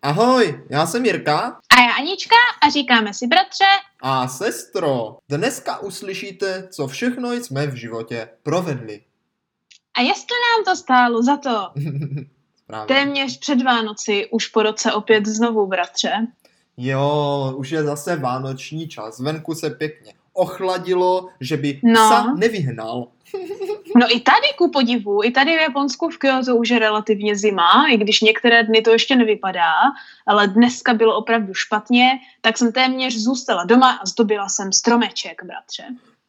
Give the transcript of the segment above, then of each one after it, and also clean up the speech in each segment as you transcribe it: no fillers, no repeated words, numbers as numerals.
Ahoj, já jsem Jirka. A já Anička a říkáme si bratře a sestro. Dneska uslyšíte, co všechno jsme v životě provedli. A jestli nám to stálo za to. Téměř před Vánoci, už po roce opět znovu, bratře. Jo, už je zase vánoční čas. Venku se pěkně ochladilo, že by psa nevyhnal. No i tady ku podivu, i tady v Japonsku v Kyoto už je relativně zima, i když některé dny to ještě nevypadá, ale dneska bylo opravdu špatně, tak jsem téměř zůstala doma a zdobila jsem stromeček, bratře.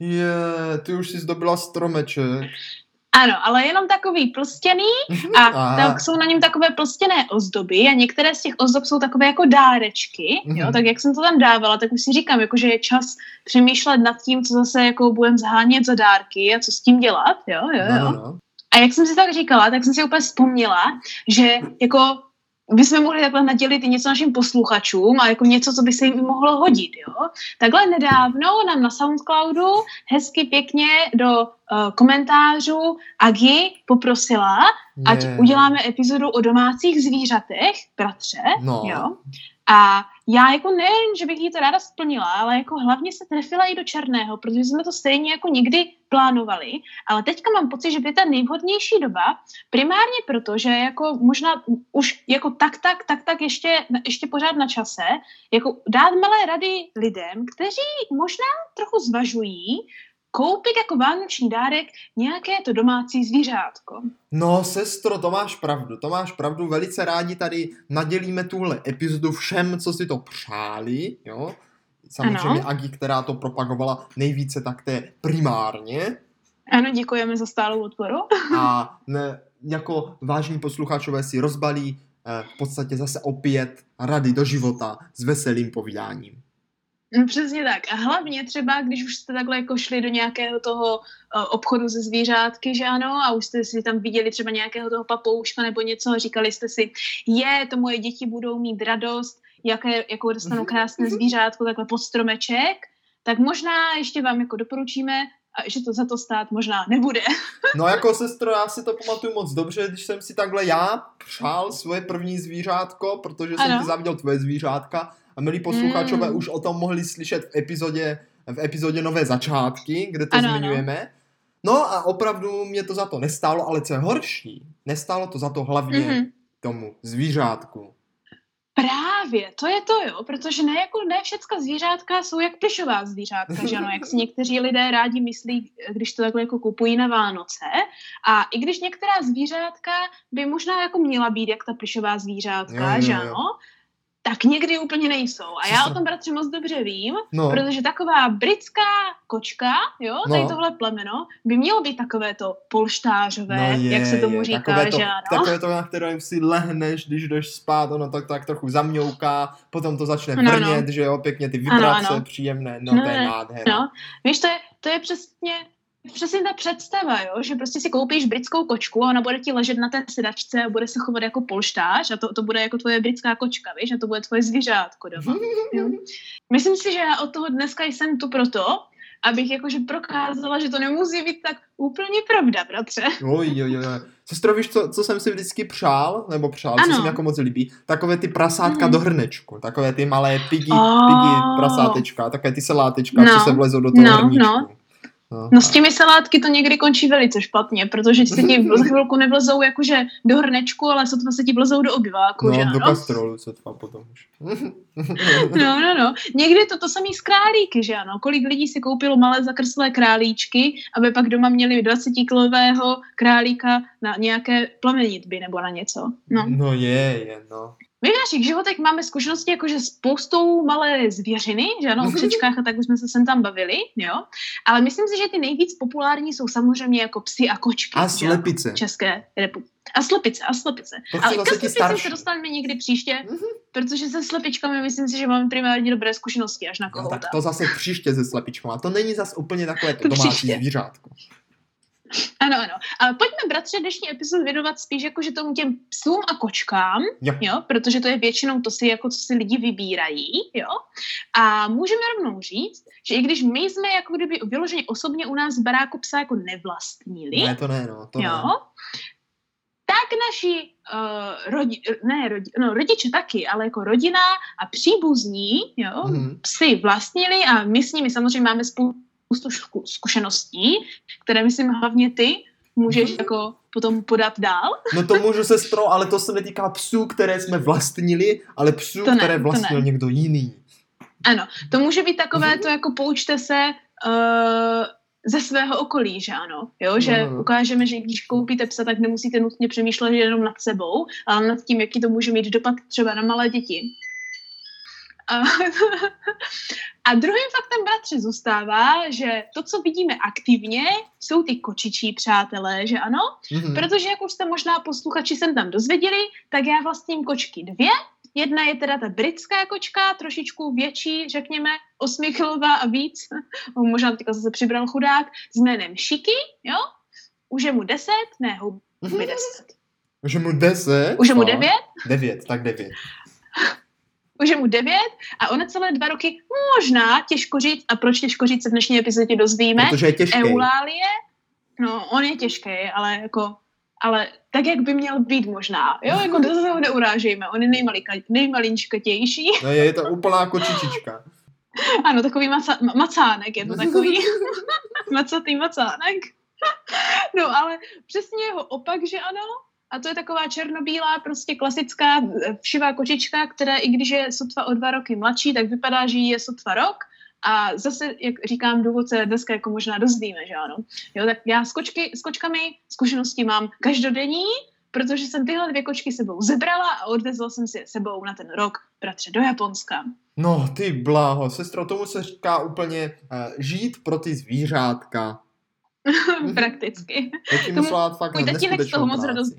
Ty už jsi zdobila stromeček. Ano, ale jenom takový plstěný a tak jsou na něm takové plstěné ozdoby a některé z těch ozdob jsou takové jako dárečky, jo, tak jak jsem to tam dávala, tak už si říkám, jako, že je čas přemýšlet nad tím, co zase jako budem zhánět za dárky a co s tím dělat, jo. No. A jak jsem si tak říkala, tak jsem si úplně vzpomněla, že jako bychom mohli takhle nadělit i něco našim posluchačům a jako něco, co by se jim mohlo hodit, jo. Takhle nedávno nám na Soundcloudu hezky pěkně do komentářů Agi poprosila, ať uděláme epizodu o domácích zvířatech, bratře, jo. A já jako nejen, že bych jí to ráda splnila, ale jako hlavně se trefila i do černého, protože jsme to stejně jako nikdy plánovali, ale teďka mám pocit, že by ta nejvhodnější doba, primárně proto, že jako možná už jako tak ještě pořád na čase, jako dát malé rady lidem, kteří možná trochu zvažují koupit jako vánoční dárek nějaké to domácí zvířátko. No, sestro, to máš pravdu, velice rádi tady nadělíme tuhle epizodu všem, co si to přáli, jo. Samozřejmě Agi, která to propagovala nejvíce, tak to je primárně. Ano, děkujeme za stálou podporu. A jako vážní posluchačové si rozbalí v podstatě zase opět rady do života s veselým povídáním. Přesně tak. A hlavně třeba, když už jste takhle jako šli do nějakého toho obchodu se zvířátky, že ano, a už jste si tam viděli třeba nějakého toho papouška nebo něco a říkali jste si, to moje děti budou mít radost, jakou dostanou krásné zvířátko, takhle pod stromeček, tak možná ještě vám jako doporučíme, že to za to stát možná nebude. No jako sestro, já si to pamatuju moc dobře, když jsem si takhle já přál svoje první zvířátko, protože jsem ti zaviděl tvoje zvířátka. A milí posluchačové už o tom mohli slyšet v epizodě Nové začátky, kde to zmiňujeme. No a opravdu mě to za to nestálo, ale co je horší, nestálo to za to hlavně tomu zvířátku. Právě, to je to, jo, protože ne všecka zvířátka jsou jak plyšová zvířátka, že ano, jak si někteří lidé rádi myslí, když to takhle jako kupují na Vánoce. A i když některá zvířátka by možná jako měla být jak ta plyšová zvířátka, že ano, tak někdy úplně nejsou. A já o tom, bratře, moc dobře vím, protože taková britská kočka, jo, tady tohle plemeno, by mělo být takové to polštářové, jak se tomu říká, že ano. Takové to, na které si lehneš, když jdeš spát, ono tak trochu zamňouká, potom to začne vrnět, že jo, pěkně ty vibrace příjemné, to je nádhera. No, víš, to je přesně ta představa, jo? Že prostě si koupíš britskou kočku a ona bude ti ležet na té sedačce a bude se chovat jako polštář a to bude jako tvoje britská kočka, víš, a to bude tvoje zvířátko doma. Jo? Myslím si, že já od toho dneska jsem tu proto, abych jakože prokázala, že to nemusí být tak úplně pravda, bratře. Oj. Sestro, víš, co jsem si vždycky přál, co se mi jako moc líbí? Takové ty prasátka do hrnečku, takové ty malé piggy prasátečka, takové ty salátečka, co se vlezou do toho hrníčku. No s těmi salátky to někdy končí velice špatně, protože se ti za chvilku nevlezou jakože do hrnečku, ale sotva se ti vlezou do obyváku, že ano? Do kastrolu sotva potom už. No. Někdy to samý z králíky, že ano? Kolik lidí si koupilo malé zakrslé králíčky, aby pak doma měli 20kilového králíka na nějaké plamenitby nebo na něco. No je. My v našich životech máme zkušenosti jakože spoustou malé zvěřiny, že ano, o křečkách a tak jsme se sem tam bavili, jo. Ale myslím si, že ty nejvíc populární jsou samozřejmě jako psi a kočky. A slepice. České republiky. A slepice. Ale i ke slepicím se dostaneme někdy příště, protože se slepičkami myslím si, že máme primárně dobré zkušenosti až na kohouta. No, tak to zase příště se slepičkama. To není zase úplně takové to domácí zvířátko. Ano. Ale pojďme, bratře, dnešní epizod věnovat spíš jakože tomu těm psům a kočkám, jo, protože to je většinou to si, jako co si lidi vybírají, jo. A můžeme rovnou říct, že i když my jsme jako kdyby vyloženě osobně u nás v baráku psa jako nevlastnili, to ne. jo, tak jak naši rodiče taky, ale jako rodina a příbuzní, jo, psy vlastnili a my s nimi samozřejmě máme spoustu zkušeností, které myslím hlavně ty můžeš jako potom podat dál. No to můžu, sestro, ale to se netýká psů, které jsme vlastnili, ale psů, které vlastnil někdo jiný. Ano, to může být takové to jako poučte se ze svého okolí, že ano, jo, že ukážeme, že když koupíte psa, tak nemusíte nutně přemýšlet jenom nad sebou, ale nad tím, jaký to může mít dopad třeba na malé děti. A druhým faktem, bratře, zůstává, že to, co vidíme aktivně, jsou ty kočičí přátelé, že ano? Protože, jak už jste možná posluchači sem tam dozvěděli, tak já vlastním kočky 2. Jedna je teda ta britská kočka, trošičku větší, řekněme, 8kilová a víc. Možná teďka zase přibral chudák, s jménem Šiky, jo? Už je mu 10, ne, huby 10. Už je mu 10? Už je mu 9? 9, tak 9. Už je mu 9 a ona celé 2 roky, možná, těžko říct, a proč těžko říct se v dnešní epizodě dozvíme. Protože je těžký. Eulálie, no, on je těžký, ale tak, jak by měl být možná. Jo, jako zase ho neurážejme, on je nejmalinčkatější. No je to úplná kočičička. Ano, takový macánek je to takový. Macatý macánek. No, ale přesně jeho opak, že ano? A to je taková černobílá, prostě klasická všivá kočička, která i když je sotva o 2 roky mladší, tak vypadá, že jí je sotva rok. A zase, jak říkám, důvod se dneska jako možná dozvíme, že ano. Jo, tak já s kočkami zkušenosti mám každodenní, protože jsem tyhle 2 kočky sebou zebrala a odvezla jsem si je sebou na ten rok, bratře, do Japonska. No, ty bláho, sestro, tomu se říká úplně žít pro ty zvířátka. Prakticky. Můj tatínek z toho moc radost.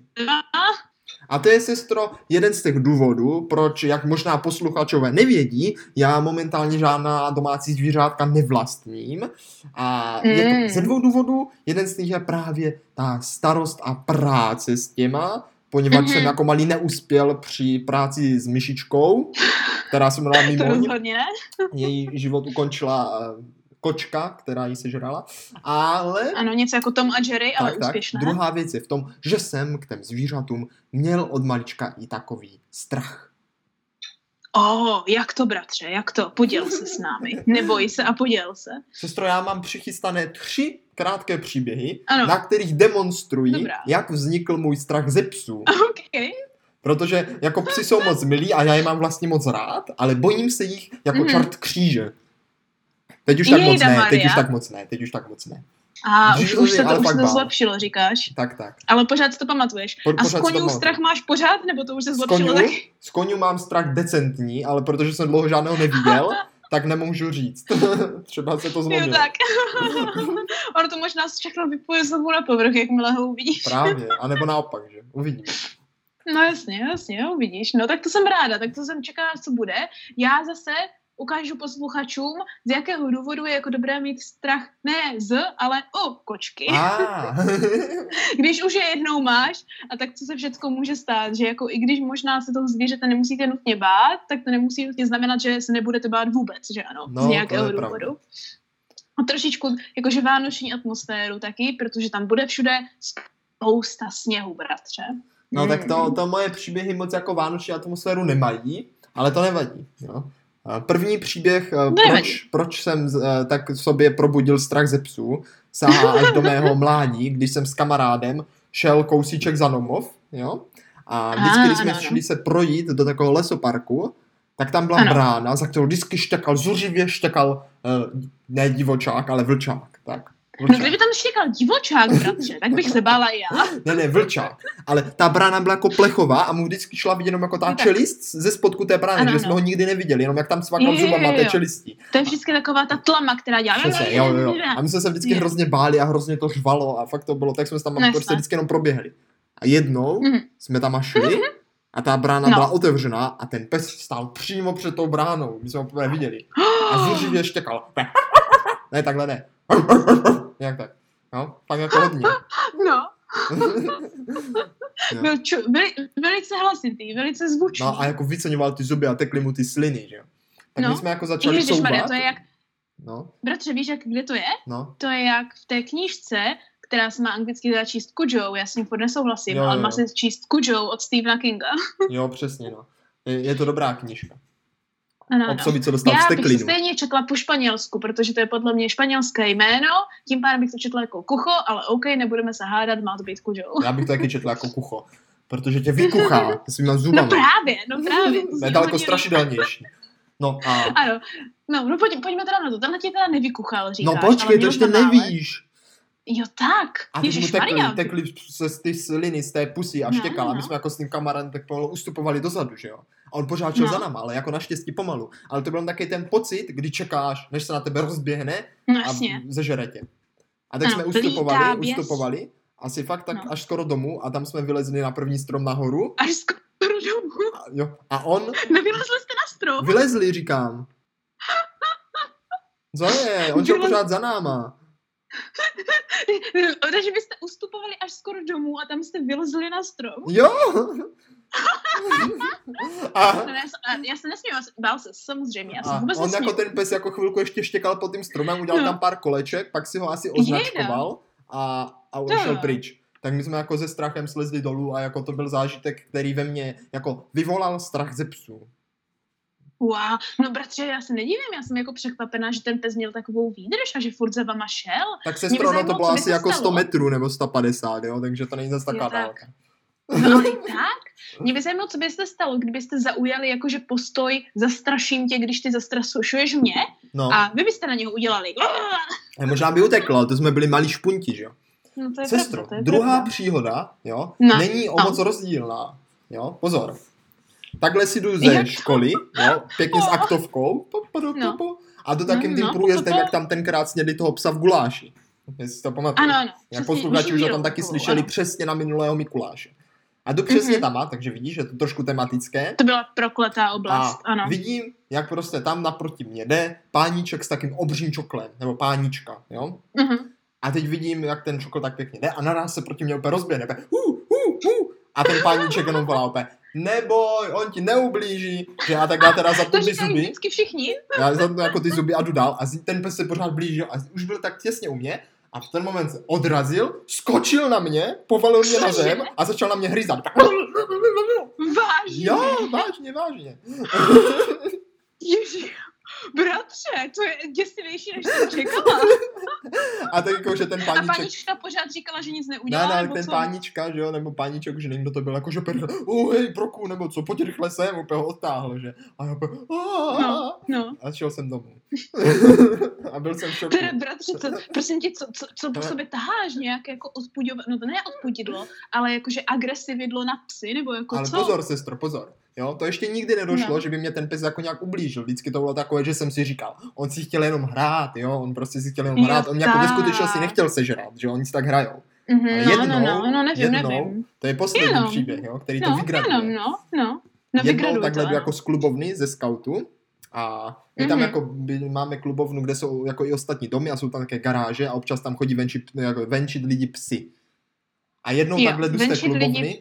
A to je, sestro, jeden z těch důvodů, proč, jak možná posluchačové nevědí, já momentálně žádná domácí zvířátka nevlastním. A je to ze 2 důvodů. Jeden z nich je právě ta starost a práce s těma, poněvadž jsem jako malý neuspěl při práci s myšičkou, která se jmenovala Mimoň. Její život ukončila kočka, která jí sežrala, ale... Ano, něco jako Tom a Jerry, ale úspěšné. Druhá věc je v tom, že jsem k těm zvířatům měl od malička i takový strach. Jak to, bratře, jak to? Poděl se s námi. Neboj se a poděl se. Sestro, já mám přichystané 3 krátké příběhy, na kterých demonstrují, jak vznikl můj strach ze psů. Okay. Protože jako psi jsou moc milí a já je mám vlastně moc rád, ale bojím se jich jako čert kříže. Teď už tak moc ne. A už se to zlepšilo, říkáš? Tak. Ale pořád si to pamatuješ. A z koňů strach máš pořád, nebo to už se zlepšilo taky? Z koňů mám strach decentní, ale protože jsem dlouho žádného neviděl, tak nemůžu říct. Třeba se to zlomilo. Jo, tak. Ono to možná všechno vypoje znovu na povrch, jakmile ho uvidíš. Právě, anebo naopak, že? Uvidíme. No jasně, uvidíš. No tak to jsem ráda, tak to jsem čekala, co bude. Já zase ukážu posluchačům, z jakého důvodu je jako dobré mít strach ne ale o kočky. Když už je jednou máš, a tak co se všechno může stát, že jako i když možná se toho zvířete nemusíte nutně bát, tak to nemusí nutně znamenat, že se nebudete bát vůbec, že ano, z nějakého důvodu. A trošičku jakože vánoční atmosféru taky, protože tam bude všude spousta sněhu, bratře. No tak to moje příběhy moc jako vánoční atmosféru nemají, ale to nevadí, jo. První příběh, proč jsem tak v sobě probudil strach ze psů, sahá až do mého mládí, když jsem s kamarádem šel kousíček za domov, jo? A vždycky, když jsme šli se projít do takového lesoparku, tak tam byla brána, za kterou vždycky zuřivě štěkal, ne divočák, ale vlčák, tak. Vlčák. No kdyby tam štěkal divočák, bratře, tak bych se bála já. Ne, vlčák. Ale ta brána byla jako plechová a mu vždycky šla vidět jenom jako ta čelist ze spodku té brány, že jsme ho nikdy neviděli, jenom jak tam svakal zubama té čelistí. To je vždycky taková ta tlama, která dělá. Jo. A my jsme se vždycky hrozně báli a hrozně to řvalo a fakt to bylo, tak jsme se tam prostě vždycky jenom proběhli. A jednou jsme tam šli a ta brána byla otevřená a ten pes stál přímo před tou bránou. My jsme ho poprvé viděli. A zuřivě štěkal. Ne, takhle ne. Jak tak? No, fakt jako hodně. No. Byl velice hlasitý, velice zvučný. No a jako vyceňoval ty zuby a tekly mu ty sliny, že jo. Tak my jsme jako začali souvat. To je jak... Bratře, víš, kde to je? No. To je jak v té knížce, která se má anglicky číst Cujo, já s ním furt nesouhlasím, ale má se číst Cujo od Stephena Kinga. Jo, přesně, no. Je to dobrá knížka. Ano. Obsoví, co dostal já bych to stejně četla po španělsku, protože to je podle mě španělské jméno, tím pádem bych to četla jako kucho, ale OK, nebudeme se hádat, má to být Cujo. Já bych to taky četla jako kucho, protože tě vykuchá svýma zubama. No právě. To je daleko strašidelnější. No a... Ano, no pojďme teda na to, tenhle tě teda nevykuchal, říkáš. No počkej, to ještě nevíš. Jo tak, a ježišmarja. tekli z ty sliny, z té pusy a štěkal a my jsme jako s tím kamarádem tak pomalu ustupovali dozadu, že jo. A on pořád šel za náma, ale jako naštěstí pomalu. Ale to byl taky ten pocit, kdy čekáš, než se na tebe rozběhne a zežere tě. A tak jsme ustupovali, asi fakt tak až skoro domů a tam jsme vylezli na první strom nahoru. Až skoro domů? A on... Nevylezli jste na strom? Vylezli, říkám. Co je? On šel pořád za náma. Takže byste ustupovali až skoro domů a tam jste vylezli na strom? Jo! Já se nesmím, bál se, samozřejmě, já se vůbec on nesmím. jako ten pes jako chvilku ještě štěkal pod tím stromem, udělal tam pár koleček, pak si ho asi označkoval a šel pryč. Tak my jsme jako se strachem slezli dolů a jako to byl zážitek, který ve mně jako vyvolal strach ze psů. Wow, no bratře, já se nedivím, já jsem jako překvapená, že ten pes měl takovou výdrž a že furt za vama šel. Tak sestro, no to bylo asi jako 100 metrů nebo 150, jo, takže to není zase taková dálka. No ale tak, mě by zajímalo, co byste stalo, kdybyste zaujali jakože postoj zastraším tě, když ty zastrašuješ mě a vy byste na něho udělali. Možná by uteklo, to jsme byli malí špunti, že jo. No to je sestro, pravda, druhá příhoda, jo, není o moc rozdílná, jo, pozor. Takhle si jdu ze školy, jo, pěkně s aktovkou, a do takým tím průjezdem, jak tam tenkrát snědli toho psa v guláši. Jestli si to pamatuješ. Ano. Jak posluchači už o tom taky slyšeli přesně na minulého Mikuláše. A jdu přesně tam, takže vidíš, že to je trošku tematické. To byla prokletá oblast, ano. Vidím, jak prostě tam naproti mě jde páníček s takým obřím čoklem, nebo pánička, jo. A teď vidím, jak ten čokl tak pěkně jde a naraz se proti mě úplně rozběhne. A ten páníček jenom volá úplně, neboj, on ti neublíží, že já tak já teda zatnu ty zuby. Vždycky všichni. Já zatnu jako ty zuby a jdu dál a ten pes se pořád blížil a už byl tak těsně u mě a v ten moment se odrazil, skočil na mě, povalil mě na zem a začal na mě hryzat. Vážně? Jo, vážně. Ježi, bratře, to je děsivější, než jsem čekala. A tak jako, že ten páníček... A pánička pořád říkala, že nic neudělá, Ne, ten pánička, že jo, nebo páníček, že nevím, kdo to byl, jako, že hej, Broku, nebo co, pojď rychle sem, úplně ho odtáhl, že? A já úplně, a šel jsem domů. A byl jsem v šoku. Teda, bratře, prosím tě, co po sobě taháš, nějaké jako odpudidlo, no to ne odpudidlo, ale jakože agresividlo na psy, nebo jako ale co? Ale pozor, sestro, pozor. Jo, to ještě nikdy nedošlo, že by mě ten pes jako nějak ublížil. Vždycky to bylo takové, že jsem si říkal, on si chtěl jenom hrát, jo, on prostě si chtěl jenom hrát, on mě jako ve skutečnosti nechtěl sežrat, že oni si tak hrajou. Ale jednou, to je poslední příběh, jo, který to vygraduje. Jednou takhle jdu jako z klubovny ze skautu a my tam jako máme klubovnu, kde jsou jako i ostatní domy a jsou tam také garáže a občas tam chodí venčit lidi psy. A jednou takhle jdu z té klubovny.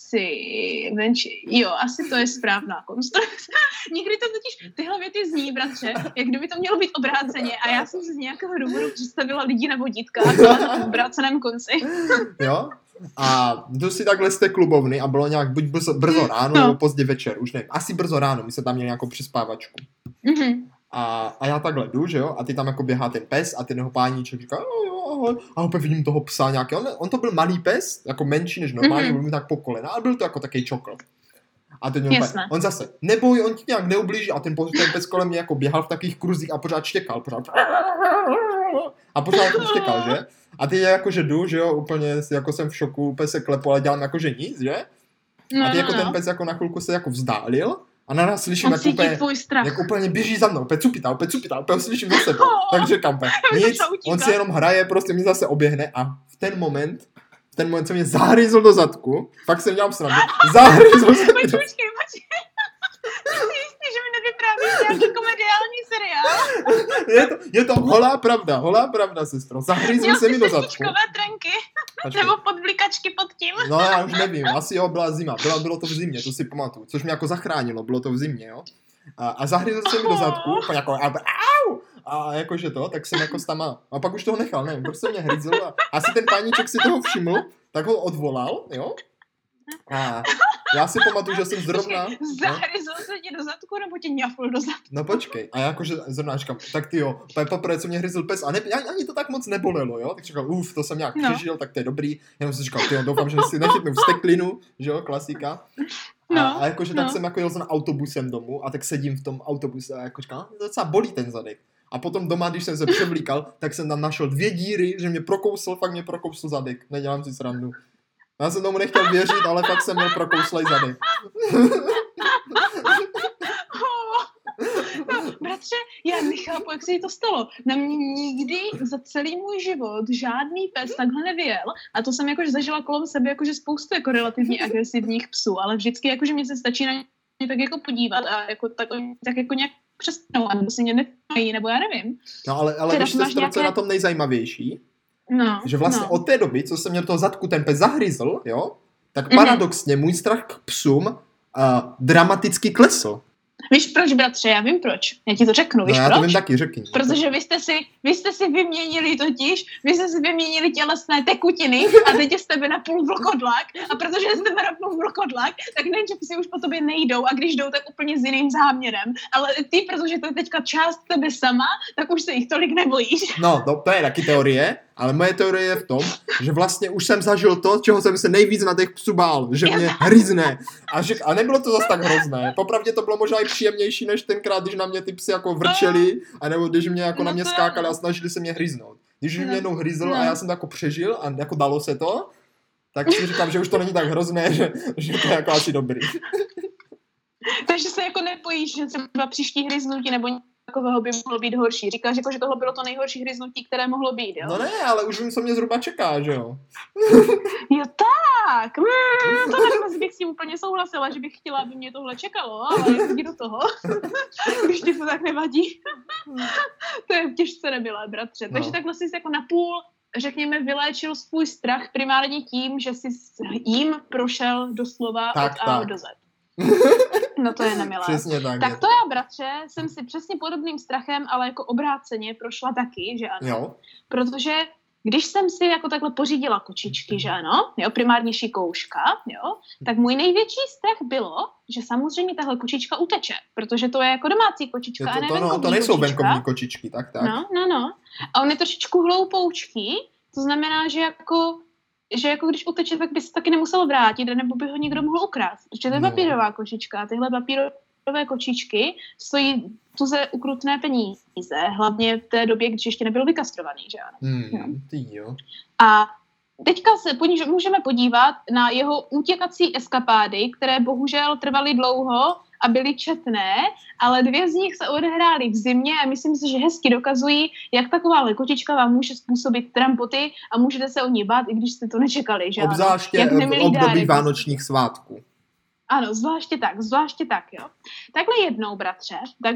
Jo, asi to je správná konstrukce. Někdy to totiž tyhle věty zní, bratře, jak kdyby to mělo být obráceně a já jsem si z nějakého důvodu představila lidi na vodítkách v obráceném konci. Jo? A jdu si takhle z té klubovny a bylo nějak buď brzo ráno nebo pozdě večer, už nevím, asi brzo ráno, my jsme tam měli nějakou přespávačku. A já takhle jdu, že jo, a ty tam jako běhá ten pes a ten jeho páníček říká a opět vidím toho psa nějaký, on to byl malý pes, jako menší než normálně, byl mi tak po kolena, ale byl to jako takový čokl. A teď on zase, neboj, on ti nějak neublíží a ten pes kolem mě jako běhal v takových kruzích a pořád štěkal, a pořád štěkal, že? A ty jako, že jdu, že jo, úplně jako jsem v šoku, úplně se klepu, ale dělám jako, že nic, že? A ty jako ten pes jako na chvilku se jako vzdálil a naraz slyším, jak úplně běží za mnou, úplně cupitá, úplně slyším za sebou. Takže říkám, nic, on si jenom hraje, prostě mi zase oběhne a v ten moment se mě zahryzl do zadku, fakt jsem dělal srandu, zahryzl se mi do... Počkej. Že mi nevyprávíš nějaký komediální seriál. Je to holá pravda, sestro. Zahryzl se mi do zadku. Měl jsi trenky? Nebo podblikačky pod tím? No já už nevím, asi jo, byla zima. Bylo to v zimě, to si pamatuju. Což mě jako zachránilo, bylo to v zimě, jo. A zahryzl se mi do zadku, jako A jakože to, tak jsem jako stama, a pak už toho nechal, nevím, prostě mě hryzl a asi ten páníček si toho všiml, tak ho odvolal, jo? A já si pamatuju, že jsem zrovna... Zahryzl se ti do zadku, nebo tě ňafl do zadku? No počkej, a jakože zrovna říkám, tak ty jo, poprvé, co mě hryzl pes, a ani to tak moc nebolelo, jo? Tak říkal, to jsem nějak přežil, tak to je dobrý, jenom jsem říkal, tyjo, doufám, že si nechytnu vsteklinu, že jo, klasika. A jakože tak jsem jako jel jsem autobusem domů a tak sedím v tom autobuse a jako říkám, docela bolí ten zadek. A potom doma, když jsem se převlíkal, tak jsem tam našel 2 díry, že mě prokousl zadek, nedělám si srandu. Já jsem tomu nechtěl věřit, ale fakt jsem měl prokouslej zadek. No, bratře, já nechápu, jak se jí to stalo. Na mě nikdy za celý můj život žádný pes takhle nevyjel. A to jsem jakož zažila kolem sebe jakože spoustu jako relativně agresivních psů, ale vždycky jakože mě se stačí na ně tak jako podívat a jako tak jako nějak přestanou, nebo si mě nemají, nebo já nevím. No ale víš, co je na tom nejzajímavější? No, že vlastně od té doby, co jsem měl toho zadku ten pes zahryzl, jo, tak paradoxně můj strach k psům dramaticky klesl. Víš proč, bratře? Já vím proč. Já ti to řeknu, víš proč? Já to vím taky, řekni. Protože vy jste si vyměnili tělesné tekutiny a teď je z tebe napůl vlkodlak a protože je z tebe napůl vlkodlak, tak nejen, že psi už po tobě nejdou a když jdou, tak úplně s jiným záměrem. Ale ty, protože to je teďka část tebe sama, tak už se jich tolik nebojíš. No, to je taky teorie, ale moje teorie je v tom, že vlastně už jsem zažil to, čeho jsem se nejvíc na těch psů bál, že mě hryzne. A nebylo to zase tak hrozné. Popravdě to bylo možná i příjemnější, než tenkrát, když na mě ty psy jako vrčeli, anebo když mě jako na mě skákali a snažili se mě hryznout. Když mě jednou hryzl a já jsem to jako přežil a jako dalo se to, tak si říkám, že už to není tak hrozné, že to je jako asi dobrý. Takže se jako nebojíš, že třeba příští hryznutí nebo takového by mohlo být horší. Říkáš, jako, že tohle bylo to nejhorší hryznutí, které mohlo být, jo? No ne, ale už vím, co mě zhruba čeká, že jo? Jo tak, to nevím, bych s tím úplně souhlasila, že bych chtěla, aby mě tohle čekalo, ale jdi do toho, když ti to tak nevadí. To je těžce nebyla, bratře. Takže takhle jsi jako napůl, řekněme, vyléčil svůj strach primárně tím, že jsi jim prošel doslova od A do Z. No to je nemilé. Přesně tak. Tak to já, bratře, jsem si přesně podobným strachem, ale jako obráceně prošla taky, že ano. Jo. Protože když jsem si jako takhle pořídila kočičky, že ano, jo, primárně šikouška, jo, tak můj největší strach bylo, že samozřejmě tahle kočička uteče, protože to je jako domácí kočička a ne venkovní kočička. To nejsou venkovní kočičky, tak. No. A on je trošičku hloupoučký, to znamená, že jako když uteče, tak by se taky nemusel vrátit, nebo by ho někdo mohl ukrást. Protože to je papírová kočička. Tyhle papírové kočičky stojí tuze ukrutné peníze, hlavně v té době, když ještě nebyl vykastrovaný, že ano. Jo. A teďka se můžeme podívat na jeho utěkací eskapády, které bohužel trvaly dlouho a byly četné, ale 2 z nich se odehrály v zimě a myslím si, že hezky dokazují, jak taková kočička vám může způsobit trampoty a můžete se o ní bát, i když jste to nečekali. Že obzvláště v období vánočních svátků. Ano, zvláště tak, jo. Takhle jednou, bratře,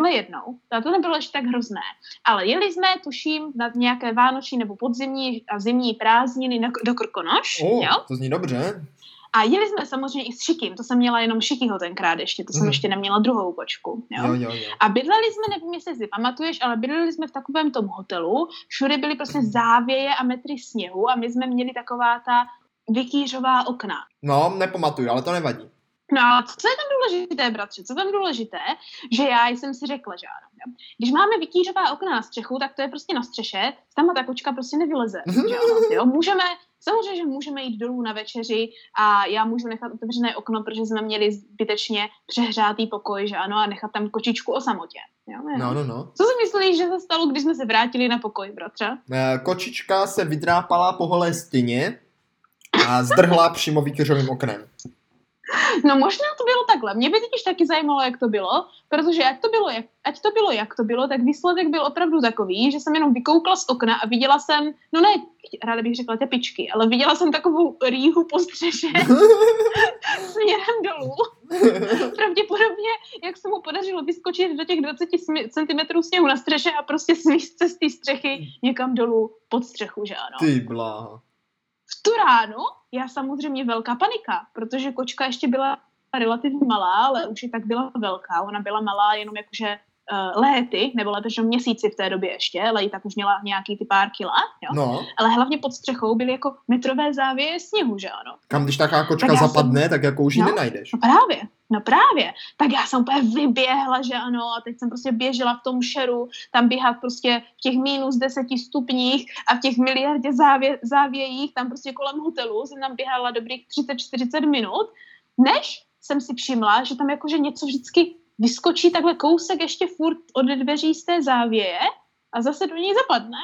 to nebylo ještě tak hrozné, ale jeli jsme, tuším, na nějaké vánoční nebo podzimní a zimní prázdniny do Krkonoš, jo. To zní dobře. A jeli jsme samozřejmě i s Šikým, to jsem měla jenom Šikyho tenkrát ještě, to jsem ještě neměla druhou kočku, jo. A bydleli jsme, nevím, jestli si pamatuješ, ale bydleli jsme v takovém tom hotelu, všude byly prostě závěje a metry sněhu a my jsme měli taková ta vykýřová okna. No, nepamatuju, ale to nevadí. No a co je tam důležité, bratře? Co tam důležité? Že já jsem si řekla, že ano. Když máme vykýřová okna na střechu, tak to je prostě na střeše, tam ta kočka prostě nevyleze. Že ano, jo? Samozřejmě, že můžeme jít dolů na večeři a já můžu nechat otevřené okno, protože jsme měli zbytečně přehřátý pokoj, že ano, a nechat tam kočičku o samotě. Jo? No. Co si myslíš, že se stalo, když jsme se vrátili na pokoj, bratře? Kočička se vydrápala po holé stěně a zdrhla přímo vykýřovým oknem. No možná to bylo takhle. Mě by totiž taky zajímalo, jak to bylo, protože ať to bylo, jak to bylo, tak výsledek byl opravdu takový, že jsem jenom vykoukla z okna a viděla jsem, no ne, ráda bych řekla tepičky, ale viděla jsem takovou rýhu po střeše směrem dolů. Pravděpodobně, jak se mu podařilo vyskočit do těch 20 cm sněhu na střeše a prostě svíst se z té střechy někam dolů pod střechu, že ano. Ty bláho. V tu ránu já samozřejmě velká panika, protože kočka ještě byla relativně malá, ale už i tak byla velká. Ona byla malá jenom jakože léty, nebo lépe řečeno měsíci v té době ještě, Lejta už měla nějaký ty pár kila, jo? No. Ale hlavně pod střechou byly jako metrové závěje sněhu, že ano. Kam když taká kočka zapadne, tak jako už ji nenajdeš. No právě. Tak já jsem úplně vyběhla, že ano, a teď jsem prostě běžela v tom šeru, tam běhat prostě v těch -10 stupních a v těch miliardě závějích, tam prostě kolem hotelu jsem tam běhala dobrých 30-40 minut, než jsem si všimla, že tam jakože něco vždycky vyskočí takhle kousek ještě furt od dveří z té závěje a zase do něj zapadne.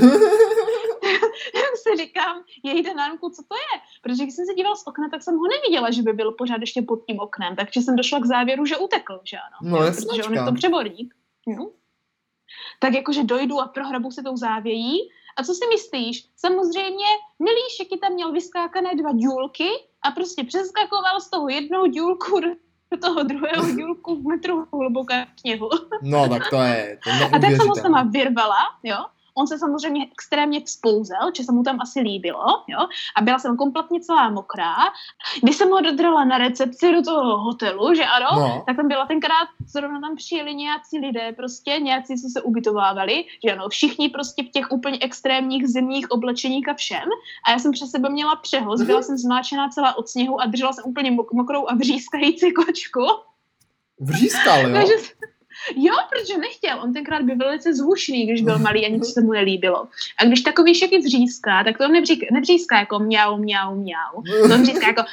Tak si říkám, jejde Nánku, co to je? Protože když jsem se dívala z okna, tak jsem ho neviděla, že by byl pořád ještě pod tím oknem, takže jsem došla k závěru, že utekl, že ano. No, protože on je to přeborník. No. Tak jakože dojdu a prohrabu se tou závějí. A co si myslíš? Samozřejmě Milíšek tam měl vyskákané 2 důlky a prostě přeskakoval z toho jednoho důlku do toho druhého dílku v metru hluboké sněhu. No, tak to je a tak jsem ho sama vyrvala, jo. On se samozřejmě extrémně vzpouzel, že se mu tam asi líbilo, jo. A byla jsem kompletně celá mokrá. Když jsem ho dodrala na recepci do toho hotelu, že ano, no. Tak tam byla tenkrát, zrovna tam přijeli nějací lidé, prostě nějací, co se ubytovávali, že ano, všichni prostě v těch úplně extrémních zimních oblečeních a všem. A já jsem přes sebe měla přehoz, byla jsem zmáčená celá od sněhu a držela jsem úplně mokrou a vřískající kočku. Vřískal, jo? Takže, jo, protože nechtěl. On tenkrát byl velice zvušný, když byl malý a nic se mu nelíbilo. A když takový šeky vříská, tak to nevříská jako mňau, mňau, mňau. To vříská jako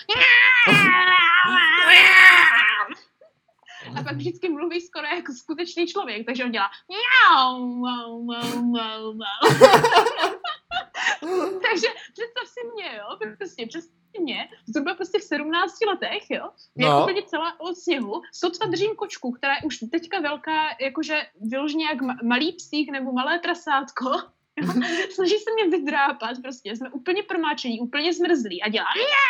a pak vždycky mluví skoro jako skutečný člověk, takže on dělá mňau, mňau, mňau, mňau, mňau. Takže představ si mě, jo, představ mě, zhruba prostě v 17 letech, jo, no. Úplně celá od sněhu, sotva držím kočku, která je už teďka velká, jakože vyloženě jak malý psík nebo malé prasátko, jo, snaží se mě vydrápat, prostě jsme úplně promáčení, úplně zmrzlí a dělá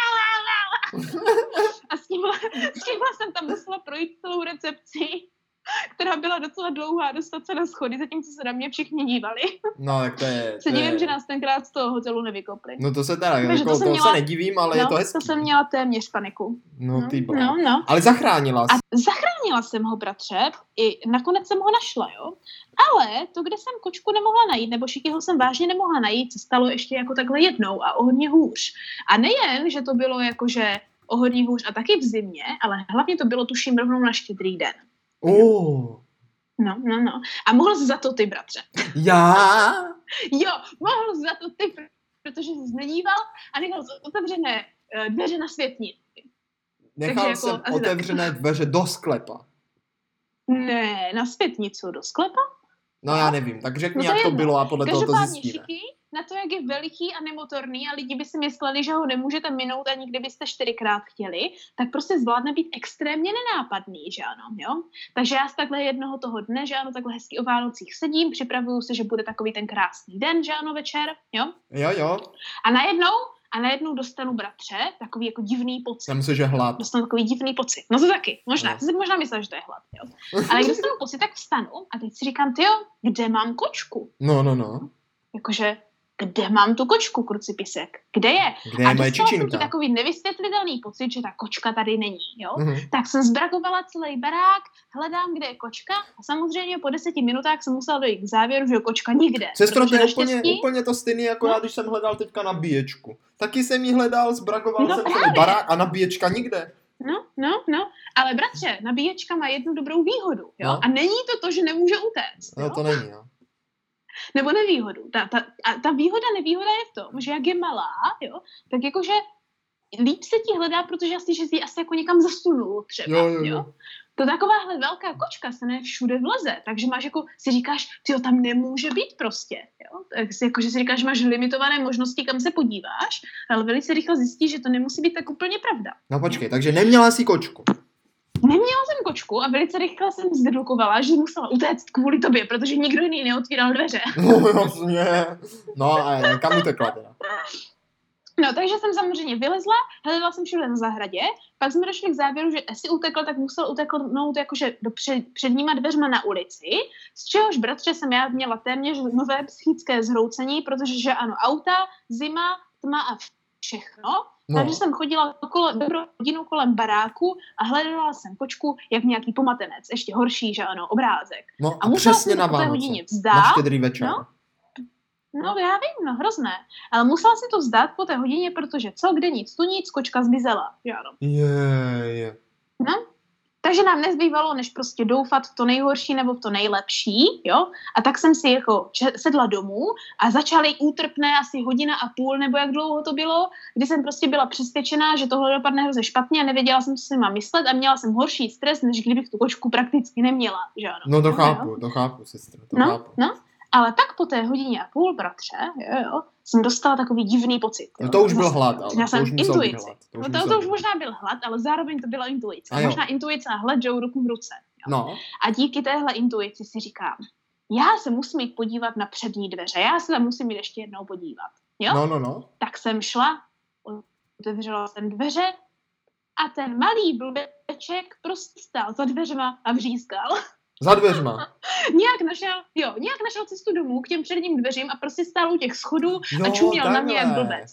a s tímhle jsem tam musela projít celou recepci, která byla docela dlouhá, dostat se na schody, zatímco se na mě všichni dívali. No, tak to je... Se divím, že nás tenkrát z toho hotelu nevykopli. No to se teda, jako, to se nedivím, ale je to hezký. To jsem měla téměř paniku. No, ty no. Ale zachránila jsi. A zachránila jsem ho, bratře, i nakonec jsem ho našla, jo. Ale to, kde jsem kočku nemohla najít, nebo Šikyho jsem vážně nemohla najít, se stalo ještě jako takhle jednou a o hodně hůř. A nejen, že to bylo jakože o hodně hůř a taky v zimě, ale hlavně to bylo tuším rovnou na Štědrý den. No. A mohl jsi za to ty, bratře. Já? Jo, mohl jsi za to ty, protože jsi nedíval a nechal jsi otevřené dveře na světnici. Nechal jsem jako, otevřené dveře do sklepa. Ne, na světnicu do sklepa? No já nevím, tak řekni, jak to bylo a podle toho to zjistíme. Šiky, na to, jak je veliký a nemotorný a lidi by si mysleli, že ho nemůžete minout ani kdybyste 4krát chtěli, tak prostě zvládne být extrémně nenápadný, že ano, jo? Takže já takhle jednoho toho dne, že ano, takhle hezky o Vánocích sedím, připravuju se, že bude takový ten krásný den, že ano, večer, jo? Jo. A najednou dostanu, bratře, takový jako divný pocit. Já myslím, že hlad. Dostanu takový divný pocit. No to taky, možná. No. Ty si možná myslel, že to je hlad, jo. Ale když dostanu pocit, tak vstanu a teď si říkám, tyjo, kde mám kočku? No. Jakože, kde mám tu kočku, krucipisek? Kde je? Kde je moje čičinka? A dostala jsem takový nevysvětlitelný pocit, že ta kočka tady není, jo. Tak jsem zbrakovala celý barák, hledám, kde je kočka a samozřejmě po 10 minutách jsem musela dojít k závěru, že kočka nikde. Sestro, to je úplně to stejné, jako já, když jsem hledal teďka nabíječku. Taky jsem jí hledal, zbrakoval jsem celý barák a nabíječka nikde. No, ale bratře, nabíječka má jednu dobrou výhodu, jo. No. A není to, že nemůže utéct. No, to není, jo. Nebo nevýhodu. Ta nevýhoda je v tom, že jak je malá, jo, tak jakože líp se ti hledá, protože asi, že jsi asi jako někam zasunul třeba, jo. To takováhle velká kočka se ne všude vleze, takže máš jako, si říkáš, tyjo, tam nemůže být prostě, jo. Tak si, jako, že si říkáš, že máš limitované možnosti, kam se podíváš, ale velice rychle zjistíš, že to nemusí být tak úplně pravda. No počkej, takže neměla jsi kočku. Neměla jsem kočku a velice rychle jsem zdedukovala, že musela utéct kvůli tobě, protože nikdo jiný neotvíral dveře. No jasně. No a kam utekla teda? No, takže jsem samozřejmě vylezla, hledala jsem všude na zahradě, pak jsme došli k závěru, že jestli utekl, tak musel uteknout jakože do předníma dveřma na ulici, z čehož, bratře, jsem já měla téměř nové psychické zhroucení, protože, že ano, auta, zima, tma a všechno, takže jsem chodila dobrou hodinu kolem baráku a hledala jsem kočku jak nějaký pomatenec, ještě horší, že ano, obrázek. No a musela přesně na Vánoce, na Štědrý večer. No já vím, no hrozné. Ale musela si to vzdát po té hodině, protože co, kde nic, tu nic, kočka zmizela, že ano. Je. No, takže nám nezbývalo, než prostě doufat v to nejhorší nebo v to nejlepší, jo. A tak jsem si jako sedla domů a začaly útrpné asi 1,5 hodiny, nebo jak dlouho to bylo, kdy jsem prostě byla přesvědčená, že tohle dopadne hrozně špatně a nevěděla jsem, co si mám myslet a měla jsem horší stres, než kdybych tu kočku prakticky neměla, že ano. No to chápu, sestro, chápu. No. Ale tak po té 1,5 hodiny, bratře, jo, jsem dostala takový divný pocit. No to už byl hlad, ale já jsem intuici. To už možná byl hlad, ale zároveň to byla intuice. Možná intuice a hlad jdou ruku v ruce. Jo. No. A díky téhle intuici si říkám, já se musím jít podívat na přední dveře, já se tam musím jít ještě jednou podívat. Jo? No. Tak jsem šla, otevřela jsem dveře a ten malý blbeček prostě stál za dveřma a vřískal. Za dveřma. nějak našel cestu domů k těm předním dveřím a prostě stál u těch schodů a čuměl na mě jak blbec.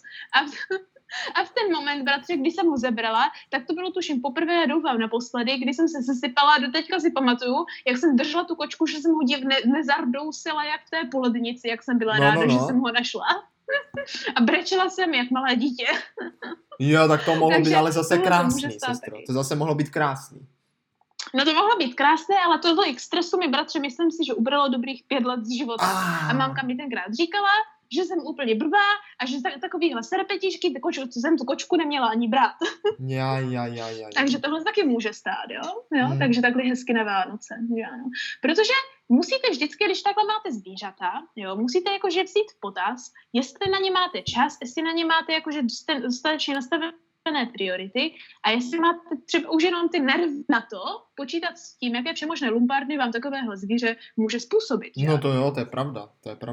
A v ten moment, bratře, když jsem ho zebrala, tak to bylo tuším poprvé a doufám naposledy, kdy jsem se sesypala, doteďka si pamatuju, jak jsem držela tu kočku, že jsem ho nezardousila jak v té polednici, jak jsem byla ráda, že jsem ho našla. A brečela jsem jak malé dítě. Jo, tak to mohlo být ale zase krásný, sestro. To zase mohlo být krásný. No to mohlo být krásné, ale tohle stresu mi, bratře, myslím si, že ubralo dobrých 5 let z života. A mamka mi tenkrát říkala, že jsem úplně blbá a že takovýhle serpetičky, jsem tu kočku neměla ani brát. Ja. Takže tohle taky může stát, jo? Takže takhle hezky na Vánoce. Jo? Protože musíte vždycky, když takhle máte zvířata, jo, musíte jakože vzít v potaz, jestli na ně máte čas, jestli na ně máte jakože dostatečně nastavené priority a jestli máte třeba už jenom ty nervy na to, počítat s tím, jaké všemožné lumpárny vám takovéhle zvíře může způsobit. Že? No to jo, to je pravda.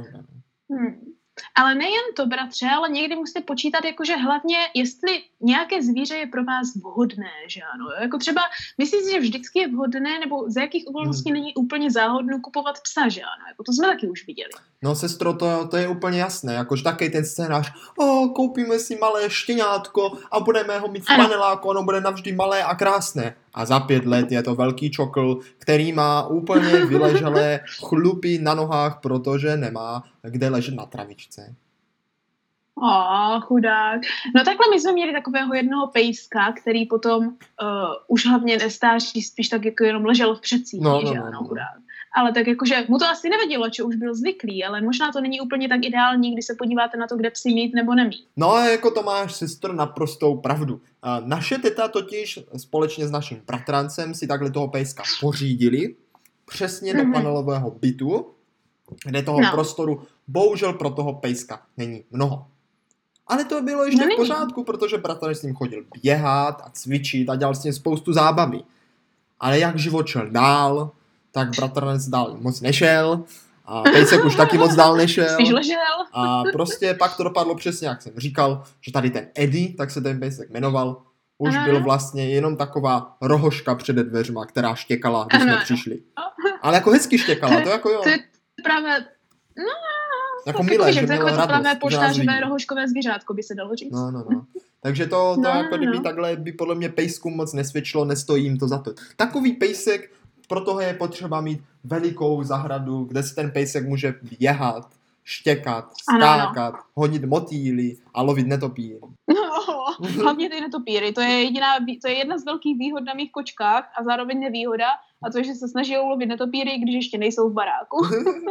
Ale nejen to, bratře, ale někdy musíte počítat, jakože hlavně, jestli nějaké zvíře je pro vás vhodné, že ano. Jako třeba, myslím si, že vždycky je vhodné, nebo za jakých okolností není úplně záhodno kupovat psa, že ano. Jako to jsme taky už viděli. No sestro, to je úplně jasné, jakož takový ten scénář, koupíme si malé štěňátko a budeme ho mít v paneláku, ono bude navždy malé a krásné. A za 5 let je to velký čokl, který má úplně vyleželé chlupy na nohách, protože nemá kde ležet na travičce. Chudák. No takhle my jsme měli takového jednoho pejska, který potom už hlavně nestáří, spíš tak jako jenom ležel v předsíni, že ano, chudák. Ale tak jakože mu to asi nevadilo, že už byl zvyklý, ale možná to není úplně tak ideální, když se podíváte na to, kde psy mít nebo nemít. No jako to máš, sestro, naprostou pravdu. Naše teta totiž společně s naším bratrancem si takhle toho pejska pořídili přesně do panelového bytu, kde toho prostoru bohužel pro toho pejska není mnoho. Ale to bylo ještě v pořádku, protože bratranec s ním chodil běhat a cvičit a dělal s ním spoustu zábavy. Ale jak život šel dál, tak bratranec dál moc nešel a pejsek už taky moc dál nešel. Spíš ležel. A prostě pak to dopadlo přesně, jak jsem říkal, že tady ten Eddie, tak se ten pejsek jmenoval, už byl vlastně jenom taková rohoška před dveřma, která štěkala, když jsme přišli. Ale jako hezky štěkala, to jako jo. To je právě, jako milé, že mělo radost. Takové poštářové rohoškové zvířátko by se dalo říct. No. Takže to jako kdyby takhle by podle mě pejskům moc nesvědčilo, nestojí jim to za to. Takový pejsek, pro toho je potřeba mít velikou zahradu, kde si ten pejsek může běhat, štěkat, skákat, honit motýly a lovit netopíry. Hlavně ty netopíry, to je jedna z velkých výhod na mých kočkách a zároveň nevýhoda, a to je, že se snaží lovit netopíry, když ještě nejsou v baráku.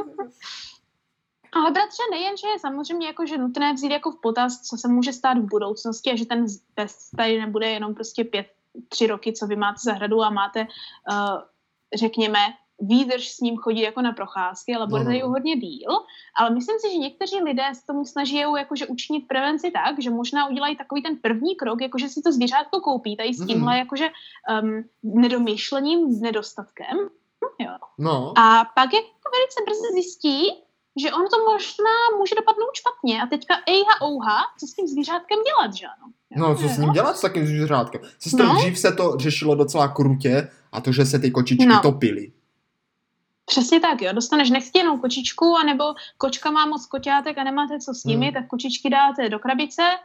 Ale bratře, nejen, že je samozřejmě jakože nutné vzít jako v potaz, co se může stát v budoucnosti a že ten pes tady nebude jenom prostě 3 roky, co vy máte zahradu a máte, řekněme, výdrž s ním chodit jako na procházky, ale bude tady hodně díl. Ale myslím si, že někteří lidé se tomu snaží jakože učinit prevenci tak, že možná udělají takový ten první krok, jakože si to zvířátko koupí tady s tímhle jakože nedomýšlením, nedostatkem. Jo. No. A pak jako velice brzy zjistí, že ono to možná může dopadnout špatně a teďka ejha ouha, co s tím zvířátkem dělat, že ano? No, co s ním dělat s takým zvířátkem? Dřív se to řešilo docela krutě a to, že se ty kočičky topily. Přesně tak, jo. Dostaneš nechtěnou kočičku, anebo kočka má moc koťátek a nemáte co s nimi, tak kočičky dáte do krabice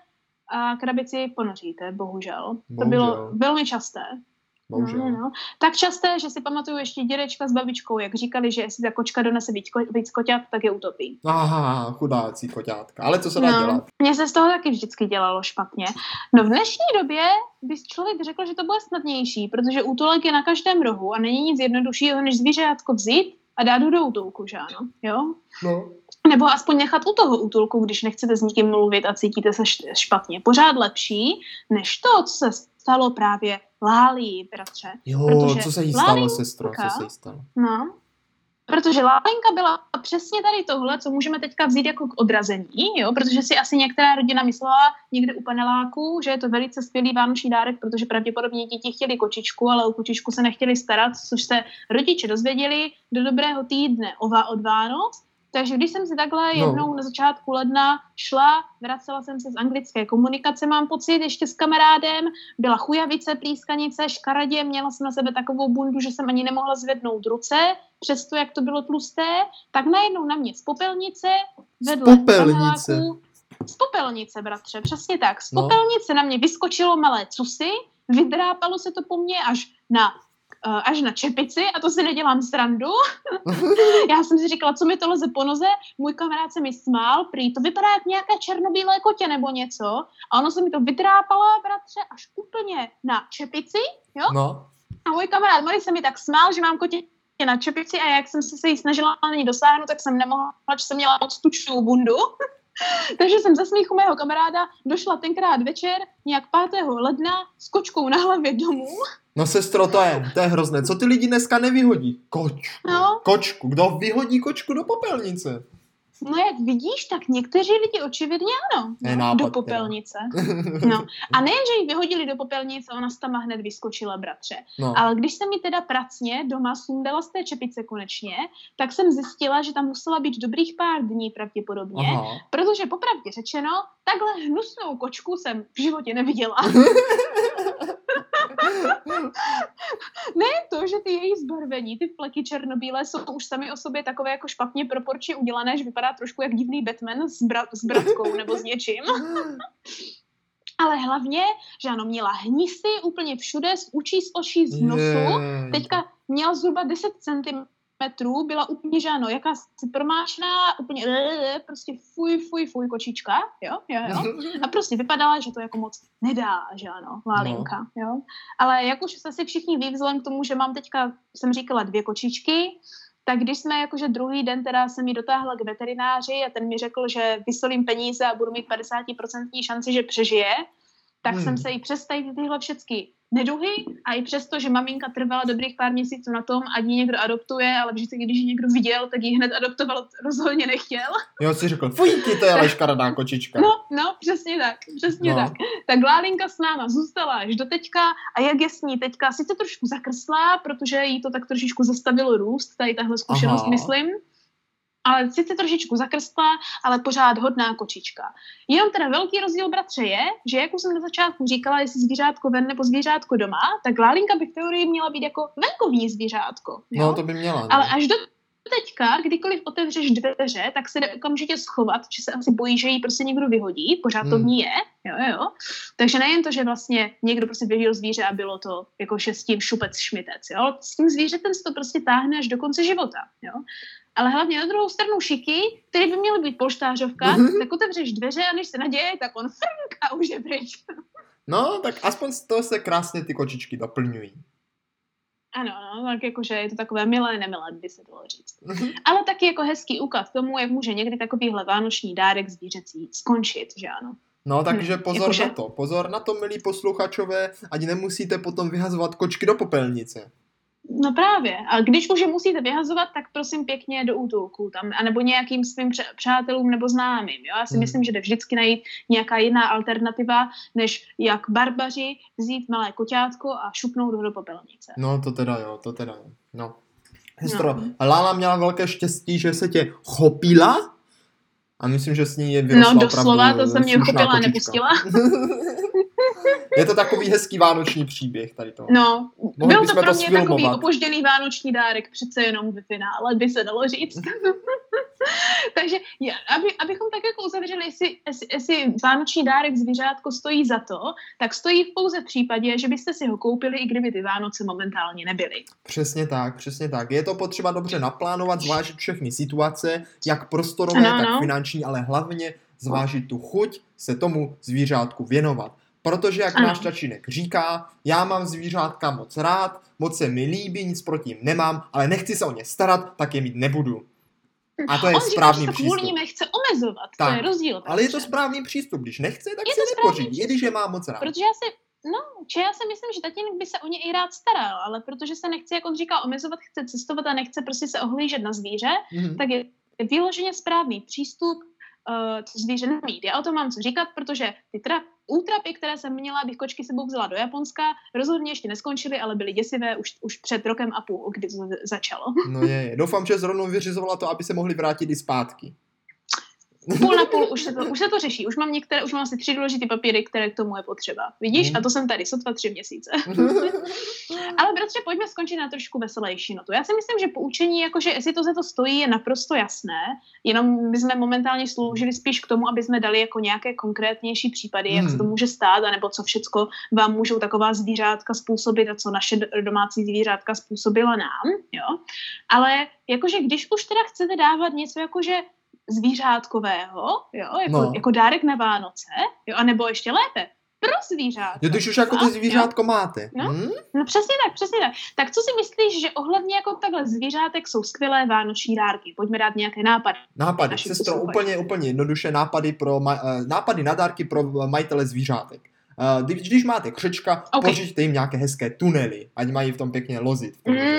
a krabici ponoříte, bohužel. To bylo velmi časté. No. Tak časté, že si pamatuju ještě dědečka s babičkou, jak říkali, že jestli ta kočka donese víc koťat, tak je utopí. Aha, chudácí koťátka. Ale co se dá dělat? Mně se z toho taky vždycky dělalo špatně. No v dnešní době by člověk řekl, že to bude snadnější, protože útulek je na každém rohu a není nic jednoduššího, než zvířátko vzít a dát ho do útulku, že ano? Jo? No. Nebo aspoň nechat u toho útulku, když nechcete s nikým mluvit a cítíte se špatně. Pořád lepší, než to, co se stalo právě Lálii, bratře. Jo, co se jí stalo, sestro? Co se jí stalo? No, protože Lálinka byla přesně tady tohle, co můžeme teďka vzít jako k odrazení, jo? Protože si asi některá rodina myslela někde u paneláku, že je to velice skvělý vánoční dárek, protože pravděpodobně děti chtěli kočičku, ale o kočičku se nechtěli starat, což se rodiče dozvěděli do dobrého týdne od Vánoc. Takže když jsem si takhle jednou na začátku ledna šla, vracela jsem se z anglické komunikace, mám pocit, ještě s kamarádem, byla chujavice, plískanice, škaradě, měla jsem na sebe takovou bundu, že jsem ani nemohla zvednout ruce, přesto jak to bylo tlusté, tak najednou na mě z popelnice, vedle paneláku, z popelnice, bratře, přesně tak, z popelnice na mě vyskočilo malé cusy, vydrápalo se to po mně až na čepici a to si nedělám srandu. Já jsem si říkala, co mi to leze po noze, můj kamarád se mi smál, prý to vypadá jak nějaké černobílé kotě nebo něco a ono se mi to vydrápalo, bratře, až úplně na čepici, jo? No. A můj kamarád Mori se mi tak smál, že mám kotě na čepici a jak jsem se jí snažila na ní dosáhnout, tak jsem nemohla, že jsem měla moc tučnou bundu. Takže jsem ze smíchu mého kamaráda došla tenkrát večer, nějak 5. ledna, s kočkou na hlavě domů. No sestro, to je hrozné. Co ty lidi dneska nevyhodí? Kočku. Kdo vyhodí kočku do popelnice? No jak vidíš, tak někteří lidi očividně ano. Do popelnice. No. A nejen, že ji vyhodili do popelnice, ona se tam hned vyskočila, bratře. No. Ale když jsem mi teda pracně doma sundala z té čepice konečně, tak jsem zjistila, že tam musela být dobrých pár dní pravděpodobně, protože popravdě řečeno, takhle hnusnou kočku jsem v životě neviděla. Nejen to, že ty její zbarvení, ty fleky černobílé jsou už sami o sobě takové jako špatně proporčně udělané, že vypadá trošku jak divný Batman s bratkou nebo s něčím. Ale hlavně, že ano, měla hnisy úplně všude, z očí, z očí, z nosu. Teďka měla zhruba 10 cm, byla úplně, že ano, jakási promáčná, úplně prostě fuj kočička, jo. A prostě vypadala, že to jako moc nedá, že ano, Lálinka, jo. Ale jak už se si všichni ví, vzhledem k tomu, že mám teďka, jsem říkala, 2 kočičky, tak když jsme jakože druhý den teda jsem ji dotáhla k veterináři a ten mi řekl, že vysolím peníze a budu mít 50% šanci, že přežije, tak jsem se jí přes tyhle všechny neduhy a i přesto, že maminka trvala dobrých pár měsíců na tom, ať ji někdo adoptuje, ale vždycky, když ji někdo viděl, tak ji hned adoptoval, rozhodně nechtěl. Jo, si řekl, fujky, to je ale škaredá kočička. No, přesně tak. Tak Lálinka s náma zůstala až do teďka a jak je s ní teďka, sice trošku zakrslá, protože jí to tak trošičku zastavilo růst, tady tahle zkušenost, myslím. Ale sice trošičku zakrstla, ale pořád hodná kočička. Jenom teda velký rozdíl, bratře, je, že jak už jsem na začátku říkala, jestli zvířátko ven nebo zvířátko doma, tak Lálinka by v teorii měla být jako venkovní zvířátko. Jo? No, to by měla. Ne? Ale až do teďka, kdykoliv otevřeš dveře, tak se jde okamžitě schovat, že se asi bojí, že jí prostě někdo vyhodí, pořád to v ní je, jo. Takže nejen to, že vlastně někdo prostě vyhodil zvíře a bylo to jako že s tím šupec šmitec, jo. S tím zvířetem se to prostě táhne až do konce života, jo. Ale hlavně na druhou stranu šiky, který by měl být polštářovka, tak otevřeš dveře a než se naděje, tak on frnk a už je pryč. No, tak aspoň z toho se krásně ty kočičky doplňují. Ano, tak jakože je to takové milé, nemilé, by se dalo říct. Ale taky jako hezký úkaz tomu, jak může někdy takovýhle vánoční dárek zvířecí skončit, že ano. No, takže pozor na to, milí posluchačové, ať nemusíte potom vyhazovat kočky do popelnice. No právě. A když už je musíte vyhazovat, tak prosím pěkně do útulku tam, anebo nějakým svým přátelům nebo známým. Jo? Já si myslím, že jde vždycky najít nějaká jiná alternativa, než jak barbaři vzít malé koťátko a šupnout ho do popelnice. No to teda jo. No. Histro, Lála měla velké štěstí, že se tě chopila a myslím, že s ní je vyrostla opravdu. No doslova, to se mě chopila a nepustila. Je to takový hezký vánoční příběh tady to. No, byl to pro mě takový opožděný vánoční dárek, přece jenom ve finále by se dalo říct. Takže abychom tak jako uzavřeli, jestli vánoční dárek zvířátko stojí za to, tak stojí pouze v případě, že byste si ho koupili, i kdyby ty Vánoce momentálně nebyly. Přesně tak. Je to potřeba dobře naplánovat, zvážit všechny situace, jak prostorové, tak finanční, ale hlavně zvážit tu chuť se tomu zvířátku věnovat. Protože, jak náš tačínek říká, já mám zvířátka moc rád, moc se mi líbí, nic proti jim nemám, ale nechci se o ně starat, tak je mít nebudu. A to je správný přístup. On říká, nechce omezovat, tak, to je rozdíl. Ale je to správný přístup, když nechce, tak se nepořídí, i když je má moc rád. Protože já si myslím, že tatínek by se o ně i rád staral, ale protože se nechce, jak on říká, omezovat, chce cestovat a nechce prostě se ohlížet na zvíře, tak je vyloženě správný přístup zvíře nemít. Já o tom mám co říkat, protože ty útrapy, které jsem měla, abych kočky sebou vzala do Japonska, rozhodně ještě neskončily, ale byly děsivé už před rokem a půl, kdy to začalo. No doufám, že zrovna vyřizovala to, aby se mohli vrátit i zpátky. Půl na půl už se to řeší. Už mám asi 3 důležité papíry, které k tomu je potřeba. Vidíš? A to jsem tady, sotva 3 měsíce. Ale bratře, pojďme skončit na trošku veselější notu. Já si myslím, že poučení, jakože jestli to za to stojí, je naprosto jasné. Jenom my jsme momentálně sloužili spíš k tomu, aby jsme dali jako nějaké konkrétnější případy, jak se to může stát, anebo co všecko vám můžou taková zvířátka způsobit a co naše domácí zvířátka způsobila nám. Jo? Ale jakože když už teda chcete dávat něco jakože zvířátkového, jako dárek na Vánoce, anebo ještě lépe, pro zvířátko. Když už jako to zvířátko máte. No přesně tak. Tak co si myslíš, že ohledně jako takhle zvířátek jsou skvělé vánoční dárky? Pojďme dát nějaké nápady. Nápady, sestro, úplně jednoduše nápady na dárky pro majitele zvířátek. Když máte křečka, pořiďte jim nějaké hezké tunely, ať mají v tom pěkně lozit.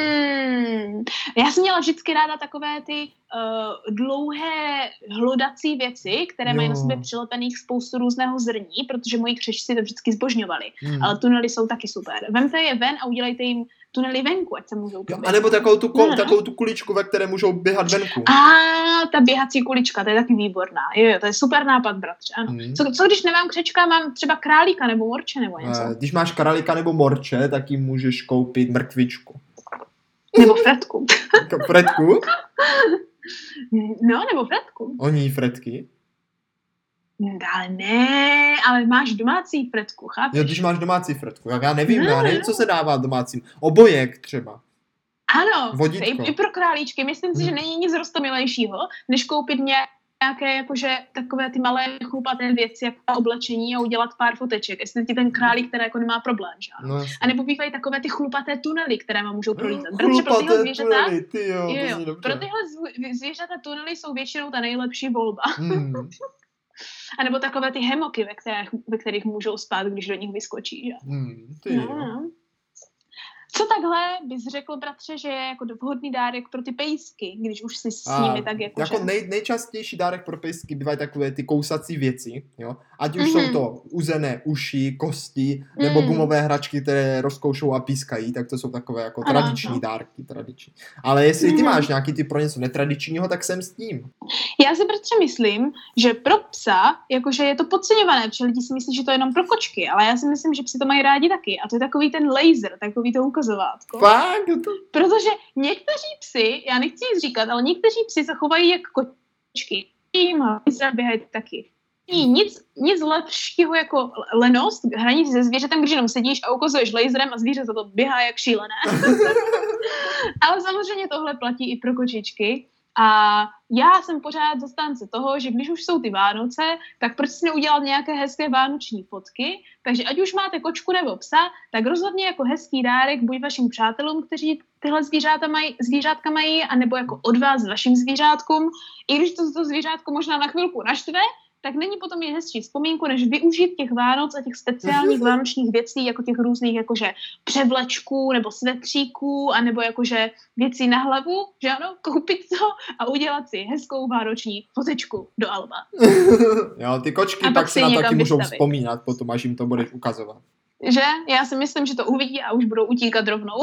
Já jsem měla vždycky ráda takové ty dlouhé hlodací věci, které mají na sobě přilepených spoustu různého zrní, protože moji křečci to vždycky zbožňovali. Ale tunely jsou taky super. Vemte je ven a udělejte jim tunely venku, ať se můžou poběhat. A nebo takovou tu kuličku, ve které můžou běhat venku. Ta běhací kulička, to je taky výborná. Jo, to je super nápad, bratře. Ano. Co když nemám křečka, mám třeba králíka nebo morče nebo něco? Když máš králíka nebo morče, tak jim můžeš koupit mrkvičku. Nebo Fredku. Fredku? No, nebo Fredku. Oni Fredky? Ale máš domácí Fredku, chápeš? Jo, když máš domácí Fredku, já nevím, co se dává domácím. Obojek třeba. Ano, vodítko. I pro králíčky. Myslím si, že není nic roztomilejšího, než koupit nějaké jakože takové ty malé chlupaté věci, jako oblečení a udělat pár foteček. Jestli ti ten králík, který jako nemá problém, že? No, a nebo bývají takové ty chlupaté tunely, které vám můžou prolítat. Protože pro tyhle zvířata, pro tyhle zvířata tunely jsou většinou ta nejlepší volba. A nebo takové ty hemoky, ve kterých můžou spát, když do nich vyskočí, že? Co takhle bys řekl, bratře, že je jako vhodný dárek pro ty pejsky, když už si s nimi tak jako nejčastější dárek pro pejsky bývají takové ty kousací věci, jo? Ať už jsou to uzené uši, kosti, nebo gumové hračky, které rozkoušou a pískají, tak to jsou takové jako tradiční dárky. Ale jestli ty máš nějaký typ pro něco netradičního, tak jsem s tím. Já si bratře myslím, že pro psa, jakože je to podceňované, protože lidi si myslí, že to je jenom pro kočky, ale já si myslím, že psi to mají rádi taky. A to je takový ten laser, takový to ukazovátko. Fakt? Protože někteří psi, já nechci nic říkat, ale někteří psi se chovají jak kočky. Běhají taky. Nic lepšího jako lenost, hraní se zvířetem, když jenom sedíš a ukazuješ laserem a zvíře za to běhá jak šílené. Ale samozřejmě tohle platí i pro kočičky. A já jsem pořád zastánce toho, že když už jsou ty Vánoce, tak proč si neudělat nějaké hezké vánoční fotky. Takže ať už máte kočku nebo psa, tak rozhodně jako hezký dárek buď vašim přátelům, kteří tyhle zvířátka mají, anebo jako od vás vašim zvířátkům. I když to zvířátko možná na chvilku naštve, tak není potom jen hezčí vzpomínku, než využít těch Vánoc a těch speciálních vánočních věcí, jako těch různých jakože převlečků nebo svetříků, anebo jakože věcí na hlavu, že ano, koupit to a udělat si hezkou vánoční fotečku do alba. Jo, ty kočky pak si na taky můžou vzpomínat potom, až jim to budeš ukazovat. Že? Já si myslím, že to uvidí a už budou utíkat rovnou.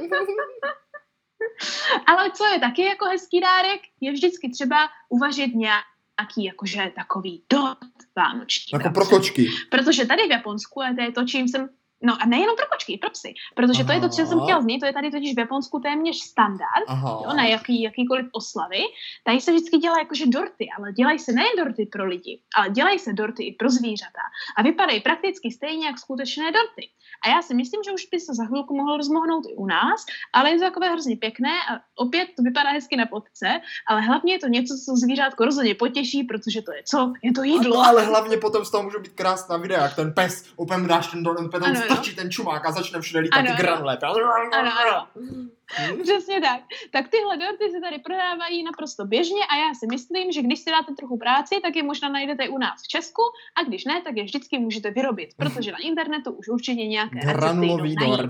Ale co je taky jako hezký dárek, je vždycky třeba uvažit nějaký jakože takový dort vánoční. Jako pro kočky. Protože tady v Japonsku, a to je to, čím jsem, no a nejenom pro kočky, pro psy, protože to je to, co jsem chtěla zmínit, to je tady totiž v Japonsku téměř standard, jo, na jakýkoliv oslavy. Tady se vždycky dělá jakože dorty, ale dělají se nejen dorty pro lidi, ale dělají se dorty i pro zvířata. A vypadají prakticky stejně jak skutečné dorty. A já si myslím, že už by se za chvilku mohlo rozmohnout i u nás, ale je to takové hrozně pěkné a opět to vypadá hezky na fotce, ale hlavně je to něco, co zvířátko rozhodně potěší, protože to je co? Je to jídlo. Ale hlavně potom z toho může být krásná videa, jak ten pes úplně dáš ten dort, potom strčí ten čumák a začne všude lítat ty granule. Ano. Přesně tak. Tak tyhle dorty se tady prodávají naprosto běžně a já si myslím, že když si dáte trochu práci, tak je možná najdete u nás v Česku a když ne, tak je vždycky můžete vyrobit, protože na internetu už určitě nějaké granulový dort.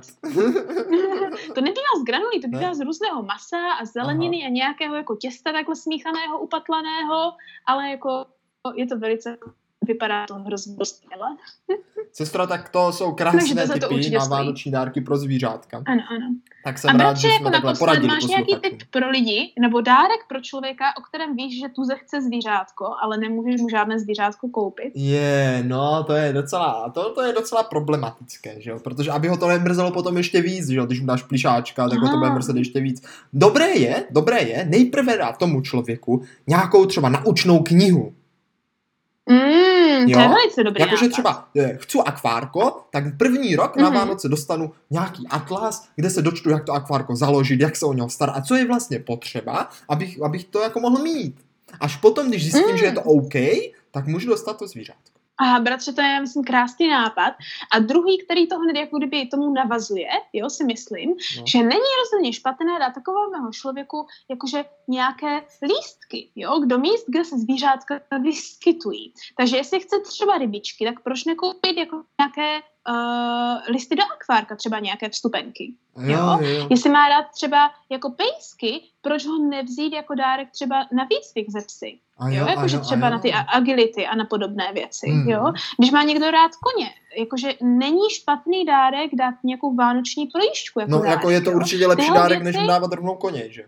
To nebývá z granulí, to bývá z různého masa a zeleniny a nějakého jako těsta takhle smíchaného, upatlaného, ale jako je to velice... Vypadá to hrozně skvěle. Sestro, tak to jsou krásné tipy na vánoční dárky pro zvířátka. Ano. Tak jsem rád, že jsme takhle poradili máš nějaký tip pro lidi, nebo dárek pro člověka, o kterém víš, že tuze chce zvířátko, ale nemůžeš mu žádné zvířátko koupit? No, to je docela problematické, že jo? Protože aby ho to nemrzelo potom ještě víc, že jo? Když mu dáš plišáčka, tak ho to bude mrzet ještě víc. Dobré je nejprve dát tomu člověku nějakou třeba naučnou knihu. To je velice dobrý jakože třeba chci akvárko, tak první rok na Vánoce dostanu nějaký atlas, kde se dočtu, jak to akvárko založit, jak se o něho starat a co je vlastně potřeba, abych to jako mohl mít. Až potom, když zjistím, že je to OK, tak můžu dostat to zvířátko. Aha, bratře, to je, myslím, krásný nápad. A druhý, který to hned jako kdyby tomu navazuje, jo, si myslím, že není rozhodně špatné dát takovému člověku jakože nějaké lístky, jo, do míst, kde se zvířátka vyskytují. Takže jestli chce třeba rybičky, tak proč nekoupit jako nějaké listy do akvárka, třeba nějaké vstupenky. Jo. Jestli má dát třeba jako pejsky, proč ho nevzít jako dárek třeba na výcvik ze psy. Jakože třeba na ty agility a na podobné věci. Jo? Když má někdo rád koně, jakože není špatný dárek dát nějakou vánoční projížďku. Jako dárek, jako je to určitě lepší dárek, než mu dávat rovnou koně, že jo?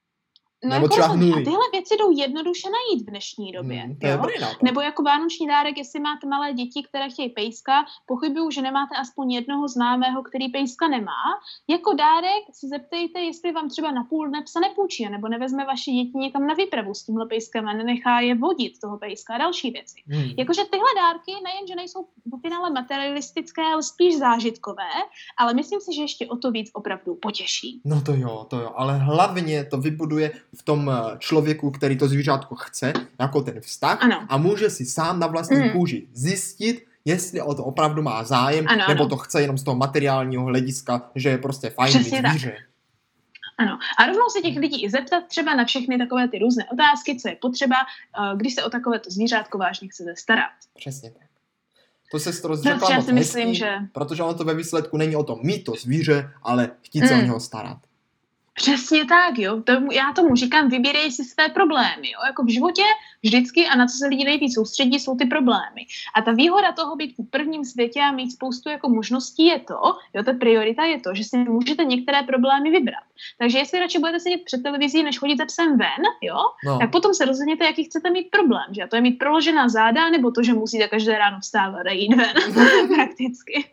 No jako a tyhle věci jdou jednoduše najít v dnešní době. Nebo jako vánoční dárek, jestli máte malé děti, které chtějí pejska, pochybuju, že nemáte aspoň jednoho známého, který pejska nemá. Jako dárek se zeptejte, jestli vám třeba na půl dne psa nepůjčí, nebo nevezme vaše děti někam na výpravu s tímhle pejskem a nenechá je vodit toho pejska a další věci. Jakože tyhle dárky nejenže nejsou v finále materialistické, ale spíš zážitkové, ale myslím si, že ještě o to víc opravdu potěší. No to jo, ale hlavně to vybuduje v tom člověku, který to zvířátko chce, jako ten vztah a může si sám na vlastní kůži zjistit, jestli o to opravdu má zájem, nebo to chce jenom z toho materiálního hlediska, že je prostě fajn mít zvíře. Ano. A rovnou se těch lidí i zeptat třeba na všechny takové ty různé otázky, co je potřeba, když se o takovéto zvířátko vážně chcete starat. Přesně tak. To se řekla moc hezký, protože ono to ve výsledku není o tom mít to zvíře, ale chtít se o něho starat. Přesně tak, jo. Já tomu říkám, vybírej si své problémy, jo. Jako v životě vždycky a na co se lidi nejvíc soustředí, jsou ty problémy. A ta výhoda toho být v prvním světě a mít spoustu jako možností je to, jo, ta priorita je to, že si můžete některé problémy vybrat. Takže jestli radši budete sedět před televizí, než chodit psem ven, jo, tak potom se rozhodněte, jaký chcete mít problém, že? A to je mít proložená záda, nebo to, že musíte každé ráno vstávat a jít ven, prakticky.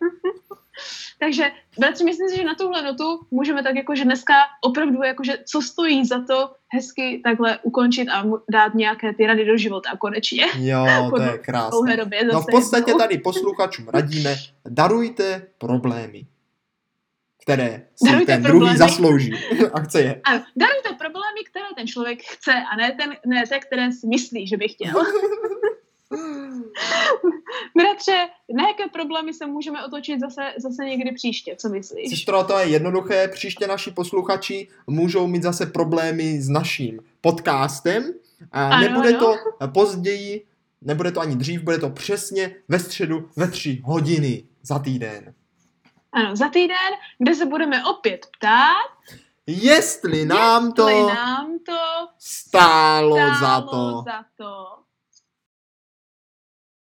Takže, bratři, myslím si, že na tuhle notu můžeme tak jako, že dneska opravdu jakože co stojí za to hezky takhle ukončit a dát nějaké ty rady do života konečně. Jo, to je krásné. No v podstatě tady posluchačům radíme, darujte problémy, které si ten druhý zaslouží a chce je. Ano, darujte problémy, které ten člověk chce a ne té, které si myslí, že by chtěl. Bratře, na jaké problémy se můžeme otočit zase někdy příště, co myslíš? Sestro, to je jednoduché, příště naši posluchači můžou mít zase problémy s naším podcastem a nebude to později, nebude to ani dřív, bude to přesně ve středu ve 3 hodiny za týden. Ano, za týden, kde se budeme opět ptát, jestli nám to stálo za to.